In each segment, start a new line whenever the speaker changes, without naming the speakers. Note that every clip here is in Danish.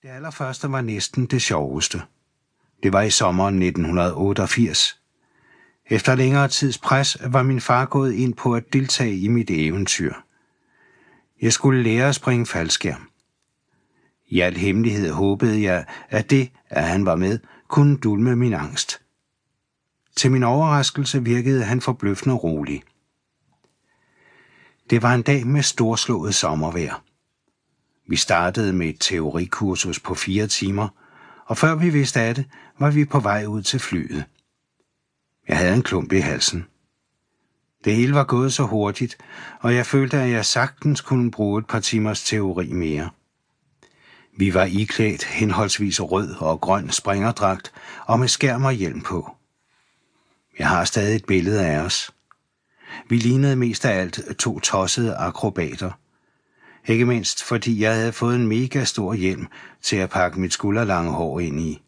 Det allerførste var næsten det sjoveste. Det var i sommeren 1988. Efter længere tids pres var min far gået ind på at deltage i mit eventyr. Jeg skulle lære at springe faldskærm. I al hemmelighed håbede jeg, at det, at han var med, kunne dulme min angst. Til min overraskelse virkede han forbløffende rolig. Det var en dag med storslået sommervejr. Vi startede med et teorikursus på 4 timer, og før vi vidste af det, var vi på vej ud til flyet. Jeg havde en klump i halsen. Det hele var gået så hurtigt, og jeg følte, at jeg sagtens kunne bruge et par timers teori mere. Vi var iklædt henholdsvis rød og grøn springerdragt og med skærm og hjelm på. Jeg har stadig et billede af os. Vi lignede mest af alt 2 tossede akrobater. Ikke mindst fordi jeg havde fået en mega stor hjelm til at pakke mit skulderlange hår ind i.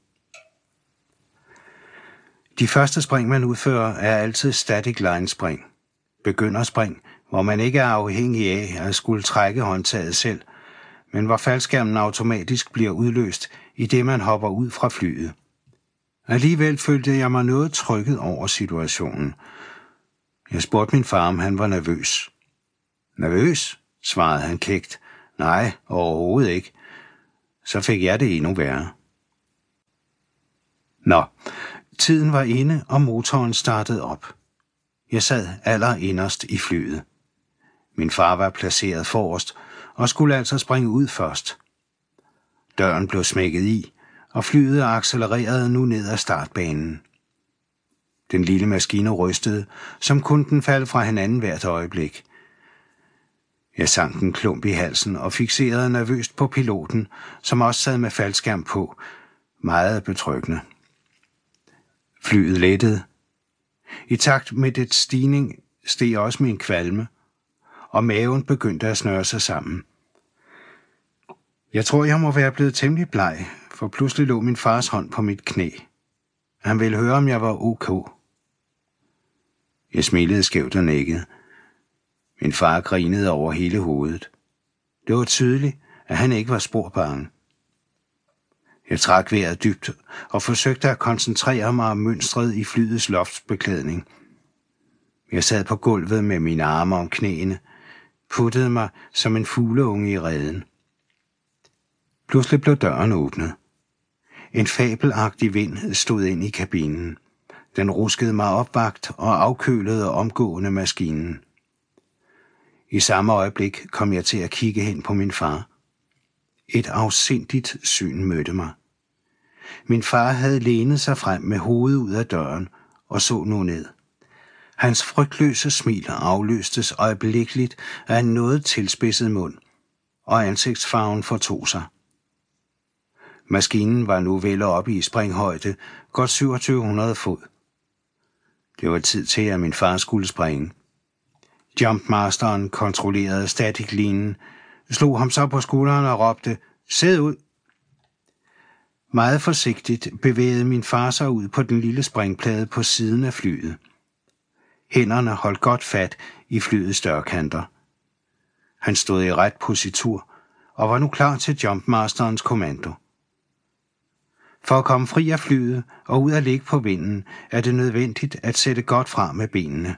De første spring, man udfører, er altid static line spring. Begynderspring, hvor man ikke er afhængig af at skulle trække håndtaget selv, men hvor faldskærmen automatisk bliver udløst, i det man hopper ud fra flyet. Alligevel følte jeg mig noget trykket over situationen. Jeg spurgte min far, om han var nervøs. Nervøs? Svarede han kægt. Nej, overhovedet ikke. Så fik jeg det endnu værre. Nå, tiden var inde, og motoren startede op. Jeg sad allerinderst i flyet. Min far var placeret forrest, og skulle altså springe ud først. Døren blev smækket i, og flyet accelererede nu ned ad startbanen. Den lille maskine rystede, som kun den faldt fra hinanden hvert øjeblik. Jeg sank en klump i halsen og fikserede nervøst på piloten, som også sad med faldskærm på. Meget betryggende. Flyet lettede. I takt med dets stigning steg også min kvalme, og maven begyndte at snøre sig sammen. Jeg tror, jeg må være blevet temmelig bleg, for pludselig lå min fars hånd på mit knæ. Han ville høre, om jeg var ok. Jeg smilede skævt og nikkede. Min far grinede over hele hovedet. Det var tydeligt, at han ikke var spor bange. Jeg trak vejret dybt og forsøgte at koncentrere mig om mønstret i flyets loftsbeklædning. Jeg sad på gulvet med mine arme om knæene, puttede mig som en fugleunge i reden. Pludselig blev døren åbnet. En fabelagtig vind stod ind i kabinen. Den ruskede mig opvagt og afkølede omgående maskinen. I samme øjeblik kom jeg til at kigge hen på min far. Et afsindigt syn mødte mig. Min far havde lænet sig frem med hovedet ud af døren og så nu ned. Hans frygtløse smil afløstes øjeblikkeligt af en noget tilspidset mund, og ansigtsfarven fortog sig. Maskinen var nu vel oppe i springhøjde, godt 2700 fod. Det var tid til, at min far skulle springe. Jumpmasteren kontrollerede static-linen, slog ham så på skulderen og råbte, "Sæd ud!" Meget forsigtigt bevægede min far sig ud på den lille springplade på siden af flyet. Hænderne holdt godt fat i flyets dørkanter. Han stod i ret positur og var nu klar til Jumpmasterens kommando. For at komme fri af flyet og ud at ligge på vinden, er det nødvendigt at sætte godt fra med benene.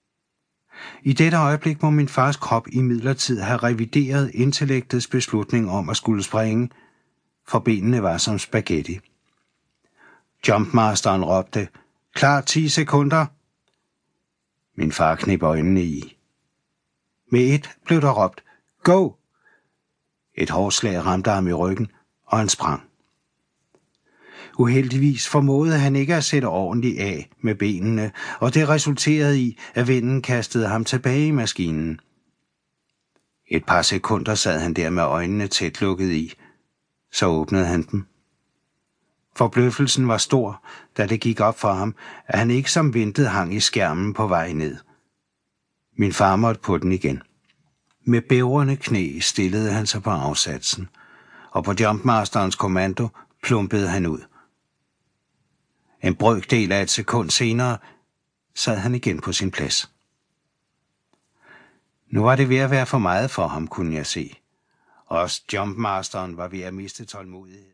I dette øjeblik må min fars krop imidlertid have revideret intellektets beslutning om at skulle springe, for benene var som spaghetti. Jumpmasteren råbte, "Klar 10 sekunder!" Min far knep øjnene i. Med et blev der råbt, "Go!" Et hårdt slag ramte ham i ryggen, og han sprang. Uheldigvis formåede han ikke at sætte ordentligt af med benene, og det resulterede i, at vinden kastede ham tilbage i maskinen. Et par sekunder sad han der med øjnene tæt lukket i. Så åbnede han dem. Forbløffelsen var stor, da det gik op for ham, at han ikke som ventet hang i skærmen på vej ned. Min far måtte på den igen. Med bævrende knæ stillede han sig på afsatsen, og på Jumpmasterens kommando plumpede han ud. En brøkdel af et sekund senere sad han igen på sin plads. Nu var det ved at være for meget for ham, kunne jeg se, Også jumpmasteren var ved at miste tålmodighed.